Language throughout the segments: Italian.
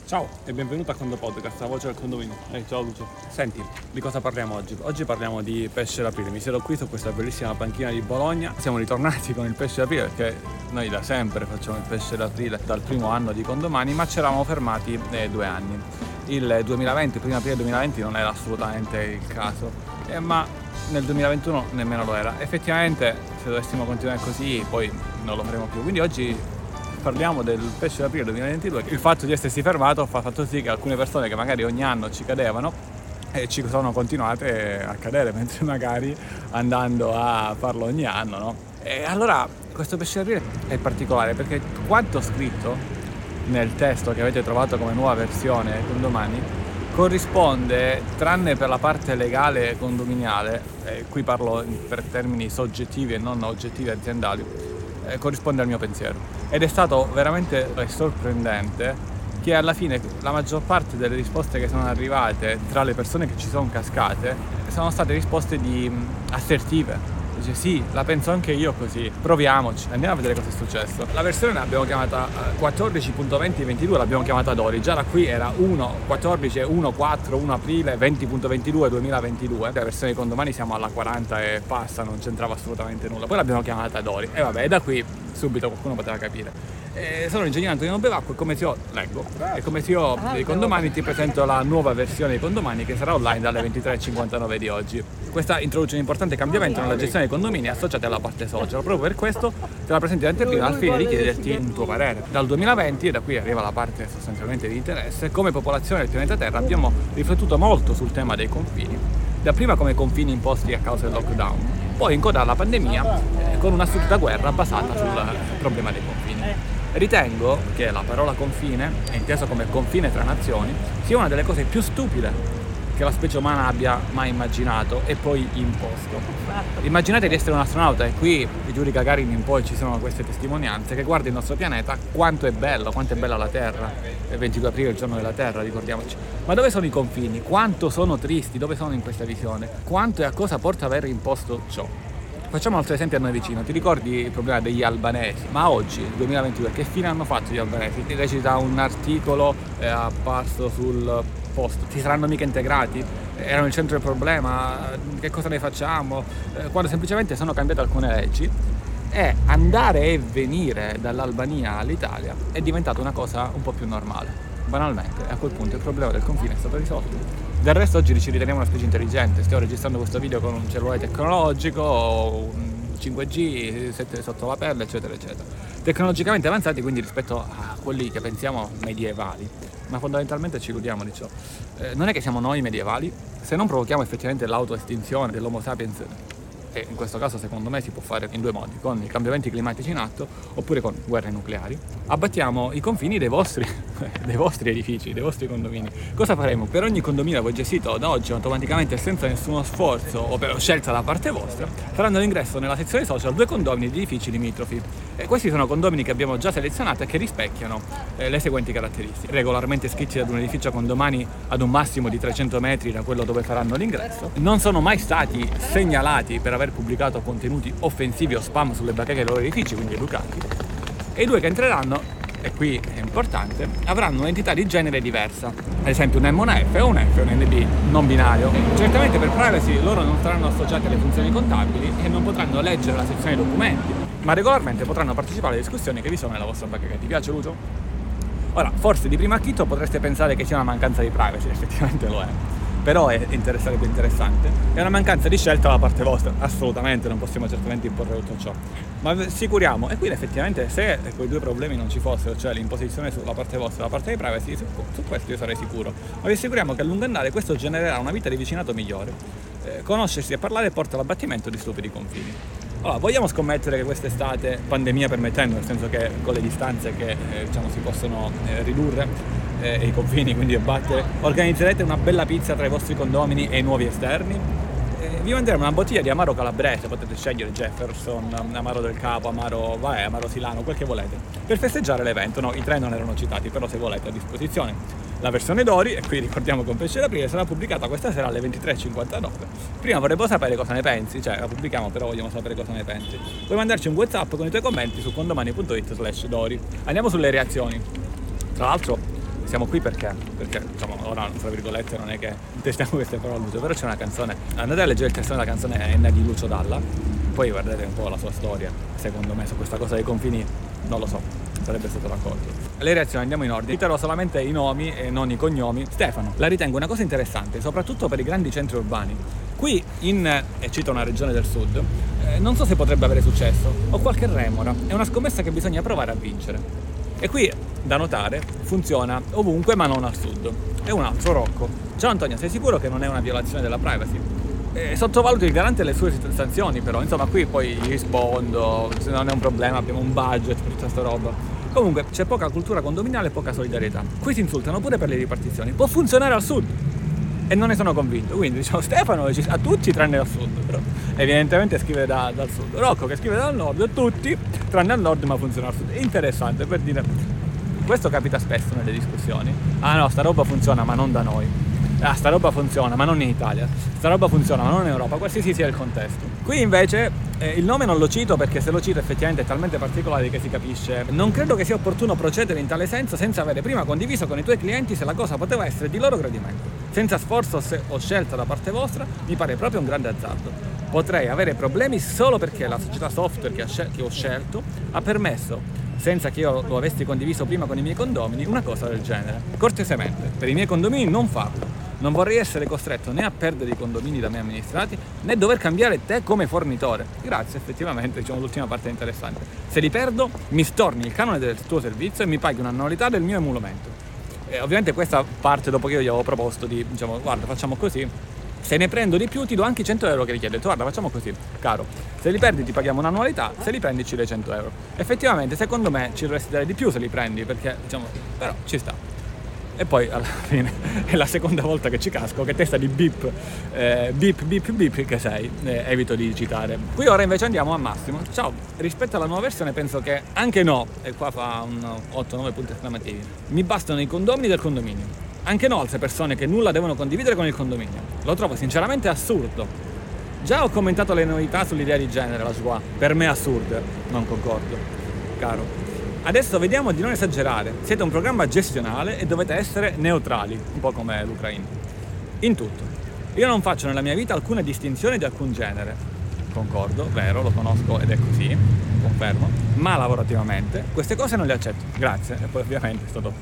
Ciao e benvenuto a Condo Podcast, la voce del condominio. Ciao Lucio. Senti, di cosa parliamo oggi? Oggi parliamo di pesce d'aprile. Mi siedo qui su questa bellissima panchina di Bologna. Siamo ritornati con il pesce d'aprile perché noi da sempre facciamo il pesce d'aprile dal primo anno di Condomani, ma ci eravamo fermati 2 anni. Il 2020, prima aprile 2020 non era assolutamente il caso, ma nel 2021 nemmeno lo era. Effettivamente se dovessimo continuare così poi non lo faremo più. Quindi oggi parliamo del pesce d'aprile 2022. Il fatto di essersi fermato ha fatto sì che alcune persone che magari ogni anno ci cadevano e ci sono continuate a cadere, mentre magari andando a farlo ogni anno, no? E allora questo pesce d'aprile è particolare perché quanto scritto nel testo che avete trovato come nuova versione Condomani corrisponde, tranne per la parte legale condominiale, qui parlo per termini soggettivi e non oggettivi aziendali, corrisponde al mio pensiero. Ed è stato veramente sorprendente che alla fine la maggior parte delle risposte che sono arrivate tra le persone che ci sono cascate sono state risposte assertive. Dice sì, la penso anche io così, proviamoci, andiamo a vedere cosa è successo. La versione l'abbiamo chiamata 14.2022, l'abbiamo chiamata Dori, già da qui era 1.14, 1.4, 1 aprile, 20.22, 2022. La versione di Condomani siamo alla 40 e passa, non c'entrava assolutamente nulla. Poi l'abbiamo chiamata Dori e vabbè, da qui subito qualcuno poteva capire. Sono l'ingegnere Antonino Bevacqua e come CEO dei Condomani ti presento la nuova versione di Condomani che sarà online dalle 23.59 di oggi. Questa introduce un importante cambiamento nella gestione dei condomini associati alla parte social. Proprio per questo te la presento in anteprima al fine di chiederti un tuo parere. Dal 2020, e da qui arriva la parte sostanzialmente di interesse, come popolazione del pianeta Terra abbiamo riflettuto molto sul tema dei confini. Dapprima come confini imposti a causa del lockdown, poi in coda alla pandemia con una assurda guerra basata sul problema dei confini. Ritengo che la parola confine, inteso come confine tra nazioni, sia una delle cose più stupide che la specie umana abbia mai immaginato e poi imposto. Immaginate di essere un astronauta e qui di Yuri Gagarin in poi ci sono queste testimonianze che guarda il nostro pianeta, quanto è bella la Terra. Il 22 aprile è il giorno della Terra, ricordiamoci. Ma dove sono i confini? Quanto sono tristi? Dove sono in questa visione? Quanto e a cosa porta aver imposto ciò? Facciamo un altro esempio a noi vicino. Ti ricordi il problema degli albanesi? Ma oggi, nel 2022, che fine hanno fatto gli albanesi? Ti recita un articolo apparso sul Post. Si saranno mica integrati? Erano il centro del problema? Che cosa ne facciamo? Quando semplicemente sono cambiate alcune leggi e andare e venire dall'Albania all'Italia è diventata una cosa un po' più normale. Banalmente, a quel punto il problema del confine è stato risolto. Del resto oggi ci riteniamo una specie intelligente, stiamo registrando questo video con un cellulare tecnologico, un 5G, 7 sotto la pelle, eccetera, eccetera. Tecnologicamente avanzati quindi rispetto a quelli che pensiamo medievali, ma fondamentalmente ci illudiamo di ciò. Non è che siamo noi medievali, se non provochiamo effettivamente l'autoestinzione dell'Homo sapiens, e in questo caso secondo me si può fare in 2 modi, con i cambiamenti climatici in atto oppure con guerre nucleari, abbattiamo i confini dei vostri edifici, dei vostri condomini. Cosa faremo? Per ogni condominio voi gestito da oggi automaticamente senza nessuno sforzo o per scelta da parte vostra, faranno l'ingresso nella sezione social 2 condomini di edifici limitrofi. E questi sono condomini che abbiamo già selezionato e che rispecchiano le seguenti caratteristiche: regolarmente iscritti ad un edificio condomani ad un massimo di 300 metri da quello dove faranno l'ingresso, non sono mai stati segnalati per aver pubblicato contenuti offensivi o spam sulle bacheche dei loro edifici, quindi educati, e i 2 che entreranno, e qui è importante, avranno un'entità di genere diversa, ad esempio un M, una F o un F, un NB non binario. Certamente per privacy loro non saranno associati alle funzioni contabili e non potranno leggere la sezione documenti, ma regolarmente potranno partecipare alle discussioni che vi sono nella vostra bacheca. Ti piace, Lucio? Ora, forse di primo acchito potreste pensare che sia una mancanza di privacy, effettivamente lo è, però sarebbe interessante. È una mancanza di scelta da parte vostra, assolutamente, non possiamo certamente imporre tutto ciò, ma vi assicuriamo, e quindi effettivamente se quei 2 problemi non ci fossero, cioè l'imposizione sulla parte vostra e la parte di privacy, su questo io sarei sicuro, ma vi assicuriamo che a lungo andare questo genererà una vita di vicinato migliore. Conoscersi e parlare porta all'abbattimento di stupidi confini. Allora, vogliamo scommettere che quest'estate, pandemia permettendo, nel senso che con le distanze che si possono ridurre e i confini quindi abbattere, organizzerete una bella pizza tra i vostri condomini e i nuovi esterni? Vi manderemo una bottiglia di amaro calabrese, potete scegliere Jefferson, amaro del Capo, amaro Silano, quel che volete, per festeggiare l'evento. No, i 3 non erano citati, però se volete a disposizione. La versione Dori, e qui ricordiamo con pesce d'aprile, sarà pubblicata questa sera alle 23.59. Prima vorremmo sapere cosa ne pensi, cioè la pubblichiamo però vogliamo sapere cosa ne pensi. Puoi mandarci un WhatsApp con i tuoi commenti su condomani.it/Dori. Andiamo sulle reazioni. Tra l'altro siamo qui perché diciamo, ora tra virgolette non è che testiamo queste parole a Lucio, però c'è una canzone, andate a leggere il testo della canzone Enna di Lucio Dalla, poi guardate un po' la sua storia, secondo me su questa cosa dei confini non lo so, sarebbe stato d'accordo. Le reazioni andiamo in ordine, citerò solamente i nomi e non i cognomi. Stefano, la ritengo una cosa interessante, soprattutto per i grandi centri urbani. Qui e cito una regione del sud, non so se potrebbe avere successo, ho qualche remora, è una scommessa che bisogna provare a vincere. E qui, da notare, funziona ovunque ma non al sud. E un altro, Rocco. Ciao Antonio, sei sicuro che non è una violazione della privacy? Sottovaluto il garante e le sue sanzioni però, insomma qui poi gli rispondo, se non è un problema abbiamo un budget per tutta sta roba. Comunque c'è poca cultura condominiale e poca solidarietà. Qui si insultano pure per le ripartizioni, può funzionare al sud. E non ne sono convinto, quindi diciamo Stefano a tutti tranne al sud, però evidentemente scrive dal sud. Rocco che scrive dal nord, tutti tranne al nord ma funziona al sud. È interessante per dire, questo capita spesso nelle discussioni. Ah no, sta roba funziona ma non da noi. Ah, sta roba funziona ma non in Italia, sta roba funziona ma non in Europa, qualsiasi sia il contesto. Qui invece il nome non lo cito perché se lo cito effettivamente è talmente particolare che si capisce. Non credo che sia opportuno procedere in tale senso senza avere prima condiviso con i tuoi clienti se la cosa poteva essere di loro gradimento. Senza sforzo o scelta da parte vostra mi pare proprio un grande azzardo. Potrei avere problemi solo perché la società software che ho scelto ha permesso, senza che io lo avessi condiviso prima con i miei condomini, una cosa del genere. Cortesemente, per i miei condomini non farlo. Non vorrei essere costretto né a perdere i condomini da me amministrati, né dover cambiare te come fornitore. Grazie, effettivamente, diciamo l'ultima parte è interessante. Se li perdo, mi storni il canone del tuo servizio e mi paghi un'annualità del mio emolumento. E ovviamente questa parte dopo che io gli avevo proposto di, diciamo, guarda, facciamo così, se ne prendo di più ti do anche i 100 euro che richiede. Guarda, facciamo così, caro, se li perdi ti paghiamo un'annualità, se li prendi ci dai 100 euro. Effettivamente, secondo me, ci dovresti dare di più se li prendi, perché, diciamo, però ci sta. E poi alla fine è la seconda volta che ci casco, che testa di beep che sei, evito di citare. Qui ora invece andiamo a Massimo. Ciao, rispetto alla nuova versione penso che anche no, e qua fa un 8-9 punti esclamativi, mi bastano i condomini del condominio. Anche no altre persone che nulla devono condividere con il condominio. Lo trovo sinceramente assurdo. Già ho commentato le novità sull'idea di genere, la sua, per me assurde, non concordo, caro. Adesso vediamo di non esagerare, siete un programma gestionale e dovete essere neutrali, un po' come l'Ucraina. In tutto. Io non faccio nella mia vita alcuna distinzione di alcun genere. Concordo, vero, lo conosco ed è così, confermo, ma lavorativamente queste cose non le accetto. Grazie, e poi ovviamente è stato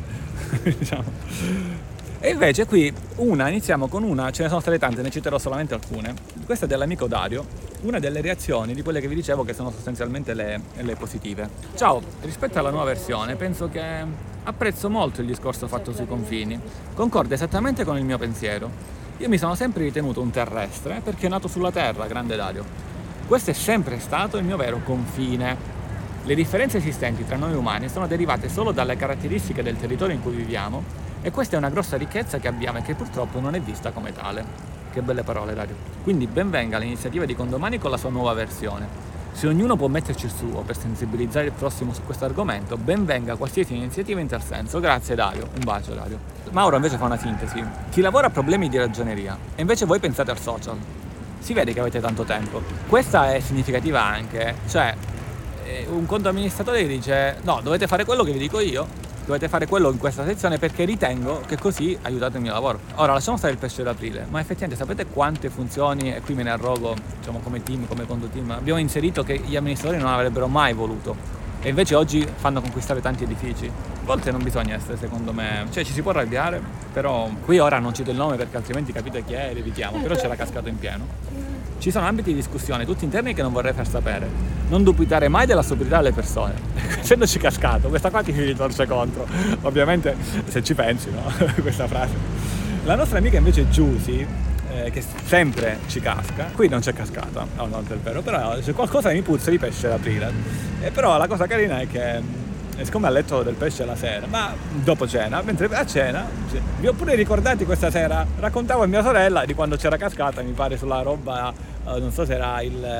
diciamo. E invece qui iniziamo con una, ce ne sono state tante, ne citerò solamente alcune. Questa è dell'amico Dario, una delle reazioni di quelle che vi dicevo che sono sostanzialmente le positive. Ciao, rispetto alla nuova versione penso che apprezzo molto il discorso fatto sui confini, concorda esattamente con il mio pensiero. Io mi sono sempre ritenuto un terrestre perché è nato sulla terra, grande Dario. Questo è sempre stato il mio vero confine. Le differenze esistenti tra noi umani sono derivate solo dalle caratteristiche del territorio in cui viviamo e questa è una grossa ricchezza che abbiamo e che purtroppo non è vista come tale. Che belle parole, Dario. Quindi ben venga l'iniziativa di Condomani con la sua nuova versione. Se ognuno può metterci il suo per sensibilizzare il prossimo su questo argomento, ben venga qualsiasi iniziativa in tal senso. Grazie Dario, un bacio Dario. Mauro invece fa una sintesi. Chi lavora ha problemi di ragioneria e invece voi pensate al social. Si vede che avete tanto tempo. Questa è significativa anche, cioè un conto amministratore dice no, dovete fare quello che vi dico io, dovete fare quello in questa sezione perché ritengo che così aiutate il mio lavoro. Ora lasciamo stare il pesce d'aprile, ma effettivamente sapete quante funzioni, e qui me ne arrogo, diciamo come team, come conto team, abbiamo inserito che gli amministratori non avrebbero mai voluto e invece oggi fanno conquistare tanti edifici. A volte non bisogna essere, secondo me, cioè ci si può arrabbiare, però qui ora non cito il nome perché altrimenti capite chi è e evitiamo, però c'era cascato in pieno. Ci sono ambiti di discussione, tutti interni, che non vorrei far sapere. Non dubitare mai della stupidità delle persone. Essendoci cascato, questa qua ti ritorce contro. Ovviamente, se ci pensi, no? Questa frase. La nostra amica invece Giusy, che sempre ci casca, qui non c'è cascata, no, non è vero, però c'è qualcosa che mi puzza di pesce d'aprile. E però la cosa carina è che siccome ha letto del pesce la sera, ma dopo cena, mentre a cena, vi ho pure ricordati questa sera, raccontavo a mia sorella di quando c'era cascata, mi pare sulla roba, non so se era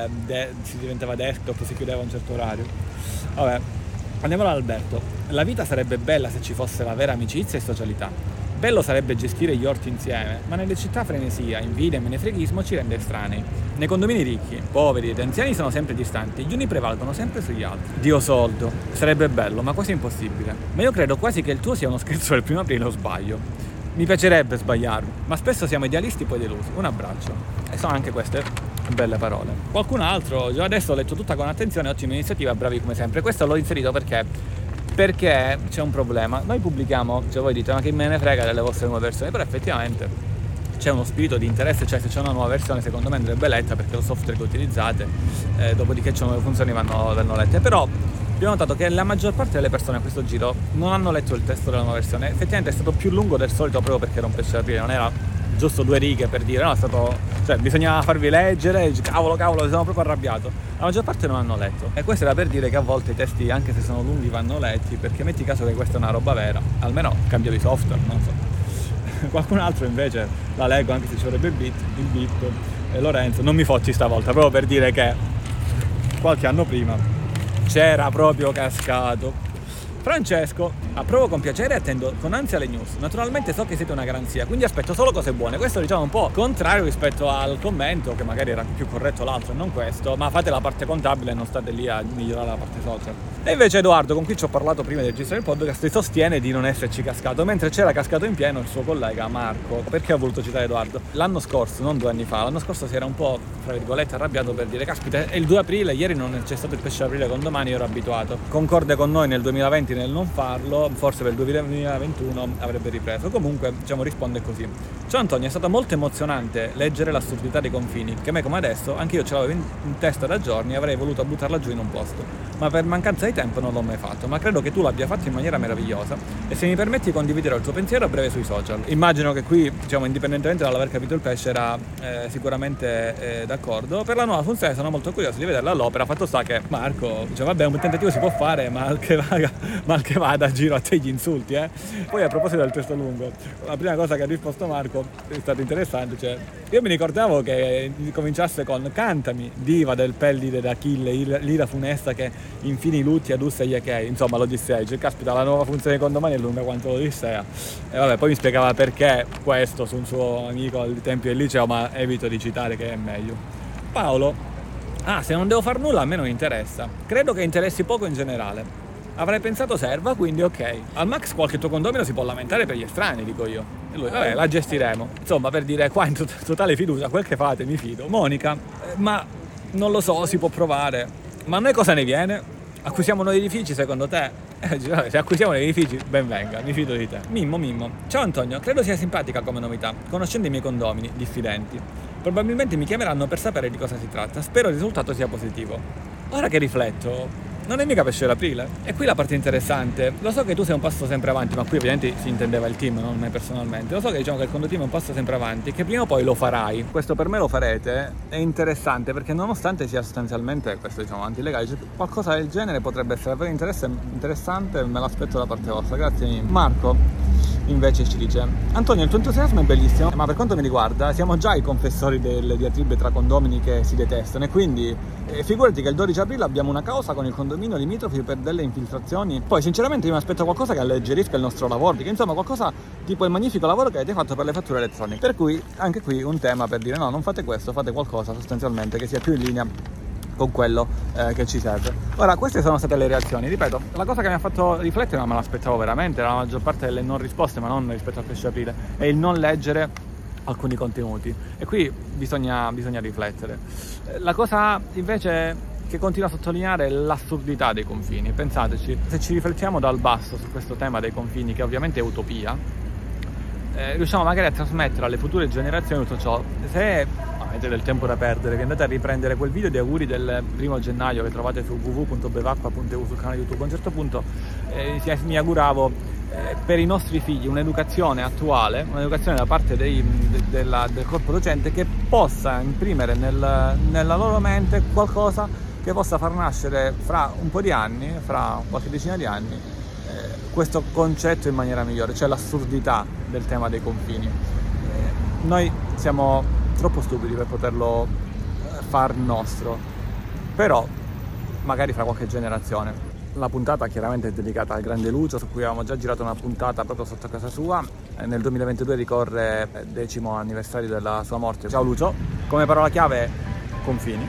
si diventava desktop, si chiudeva a un certo orario. Vabbè, andiamo ad Alberto. La vita sarebbe bella se ci fosse la vera amicizia e socialità. Bello sarebbe gestire gli orti insieme, ma nelle città frenesia, invidia e menefreghismo ci rende estranei. Nei condomini ricchi, poveri ed anziani sono sempre distanti, gli uni prevalgono sempre sugli altri. Dio soldo, sarebbe bello, ma quasi impossibile. Ma io credo quasi che il tuo sia uno scherzo del 1 aprile o sbaglio. Mi piacerebbe sbagliarmi, ma spesso siamo idealisti poi delusi. Un abbraccio. E sono anche queste belle parole. Qualcun altro, già adesso ho letto tutta con attenzione, ottima iniziativa, bravi come sempre. Questo l'ho inserito perché c'è un problema. Noi pubblichiamo, cioè voi dite ma che me ne frega delle vostre nuove versioni, però effettivamente c'è uno spirito di interesse, cioè se c'è una nuova versione secondo me andrebbe letta perché lo software che utilizzate, dopodiché c'è nuove funzioni vanno lette, però abbiamo notato che la maggior parte delle persone a questo giro non hanno letto il testo della nuova versione. Effettivamente è stato più lungo del solito proprio perché era un pesce da aprire, non era giusto 2 righe per dire, no, è stato, cioè bisognava farvi leggere, cavolo, mi sono proprio arrabbiato. La maggior parte non hanno letto, e questo era per dire che a volte i testi, anche se sono lunghi, vanno letti, perché metti caso che questa è una roba vera, almeno cambio di software, non so. Qualcun altro invece la leggo, anche se ci vorrebbe il beat, e Lorenzo, non mi focci stavolta, proprio per dire che qualche anno prima c'era proprio cascato. Francesco, approvo con piacere e attendo con ansia le news. Naturalmente so che siete una garanzia, quindi aspetto solo cose buone. Questo diciamo un po' contrario rispetto al commento, che magari era più corretto l'altro e non questo, ma fate la parte contabile e non state lì a migliorare la parte social. E invece Edoardo, con cui ci ho parlato prima di registrare il podcast, sostiene di non esserci cascato, mentre c'era cascato in pieno il suo collega Marco. Perché ho voluto citare Edoardo? L'anno scorso, non 2 anni fa, l'anno scorso si era un po', tra virgolette, arrabbiato per dire caspita, è il 2 aprile, ieri non c'è stato il pesce aprile con domani, io ero abituato. Concorde con noi nel 2020 nel non farlo, forse per il 2021 avrebbe ripreso. Comunque, diciamo, risponde così. Ciao Antonio, è stato molto emozionante leggere l'assurdità dei confini, che me come adesso, anche io ce l'avevo in testa da giorni e avrei voluto buttarla giù in un posto, ma per mancanza di tempo non l'ho mai fatto, ma credo che tu l'abbia fatto in maniera meravigliosa e se mi permetti condividerò il tuo pensiero a breve sui social. Immagino che qui, diciamo, indipendentemente dall'aver capito il pesce, era sicuramente d'accordo. Per la nuova funzione sono molto curioso di vederla all'opera, fatto sta che Marco dice vabbè, un tentativo si può fare, mal che vada, giro a te gli insulti, Poi a proposito del testo lungo, la prima cosa che ha risposto Marco è stata interessante, cioè io mi ricordavo che cominciasse con cantami, diva del Pellide d'Achille, l'ira funesta che infine i lutti adusse agli Achei, insomma l'Odissea, cioè caspita, la nuova funzione di condomani è lunga quanto l'Odissea. E vabbè, poi mi spiegava perché questo su un suo amico ai tempi del liceo, ma evito di citare che è meglio. Paolo, se non devo far nulla a me non interessa, credo che interessi poco in generale. Avrei pensato serva, quindi ok. Al max qualche tuo condomino si può lamentare per gli estranei, dico io. E lui, vabbè, la gestiremo. Insomma, per dire, qua in totale fiducia, quel che fate, mi fido. Monica, ma non lo so, si può provare. Ma a noi cosa ne viene? Acquisiamo nuovi edifici, secondo te? Se acquisiamo nuovi edifici, ben venga, mi fido di te. Mimmo. Ciao Antonio, credo sia simpatica come novità. Conoscendo i miei condomini, diffidenti, probabilmente mi chiameranno per sapere di cosa si tratta. Spero il risultato sia positivo. Ora che rifletto, non è mica pesce d'aprile. E qui la parte interessante. Lo so che tu sei un passo sempre avanti, ma qui ovviamente si intendeva il team, non me personalmente. Lo so che diciamo che il condoteam è un passo sempre avanti e che prima o poi lo farai. Questo per me lo farete. È interessante perché nonostante sia sostanzialmente questo, diciamo, antilegale, cioè, qualcosa del genere potrebbe essere davvero interessante, me l'aspetto da parte vostra. Grazie. Marco invece ci dice: Antonio, il tuo entusiasmo è bellissimo, ma per quanto mi riguarda siamo già i confessori delle diatribe tra condomini che si detestano, e quindi figurati che il 12 aprile abbiamo una causa con il condominio limitrofi per delle infiltrazioni. Poi sinceramente io mi aspetto qualcosa che alleggerisca il nostro lavoro, che insomma qualcosa tipo il magnifico lavoro che avete fatto per le fatture elettroniche. Per cui anche qui un tema per dire no, non fate questo, fate qualcosa sostanzialmente che sia più in linea con quello che ci serve. Ora, queste sono state le reazioni. Ripeto, la cosa che mi ha fatto riflettere, ma me l'aspettavo veramente, la maggior parte delle non risposte, ma non rispetto al pesce aprile, è il non leggere alcuni contenuti, e qui bisogna riflettere. La cosa invece che continua a sottolineare è l'assurdità dei confini. Pensateci, se ci riflettiamo dal basso su questo tema dei confini, che ovviamente è utopia, riusciamo magari a trasmettere alle future generazioni tutto ciò. Se avete del tempo da perdere, vi andate a riprendere quel video di auguri del 1° gennaio che trovate su www.bevacqua.eu sul canale YouTube. A un certo punto mi auguravo per i nostri figli un'educazione attuale, un'educazione da parte del corpo docente che possa imprimere nella loro mente qualcosa che possa far nascere fra un po' di anni, fra qualche decina di anni, questo concetto in maniera migliore, cioè l'assurdità del tema dei confini. Noi siamo troppo stupidi per poterlo far nostro, però magari fra qualche generazione La puntata chiaramente è dedicata al grande Lucio, su cui avevamo già girato una puntata proprio sotto casa sua. Nel 2022 ricorre il 10° anniversario della sua morte. Ciao Lucio. Come parola chiave, confini.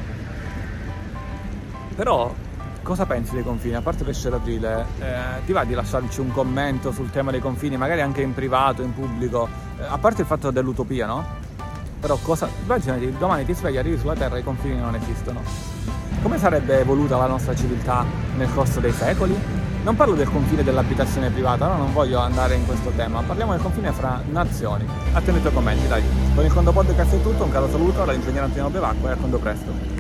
Però cosa pensi dei confini? A parte Pesce d'Aprile, ti va di lasciarci un commento sul tema dei confini, magari anche in privato, in pubblico, a parte il fatto dell'utopia, no? Però immaginati, domani ti svegli, arrivi sulla Terra e i confini non esistono. Come sarebbe evoluta la nostra civiltà nel corso dei secoli? Non parlo del confine dell'abitazione privata, no? Non voglio andare in questo tema, parliamo del confine fra nazioni. Attendo i tuoi commenti, dai. Con il Condo Podcast è tutto, un caro saluto dall'ingegnere Antonio Bevacqua e a Condo presto.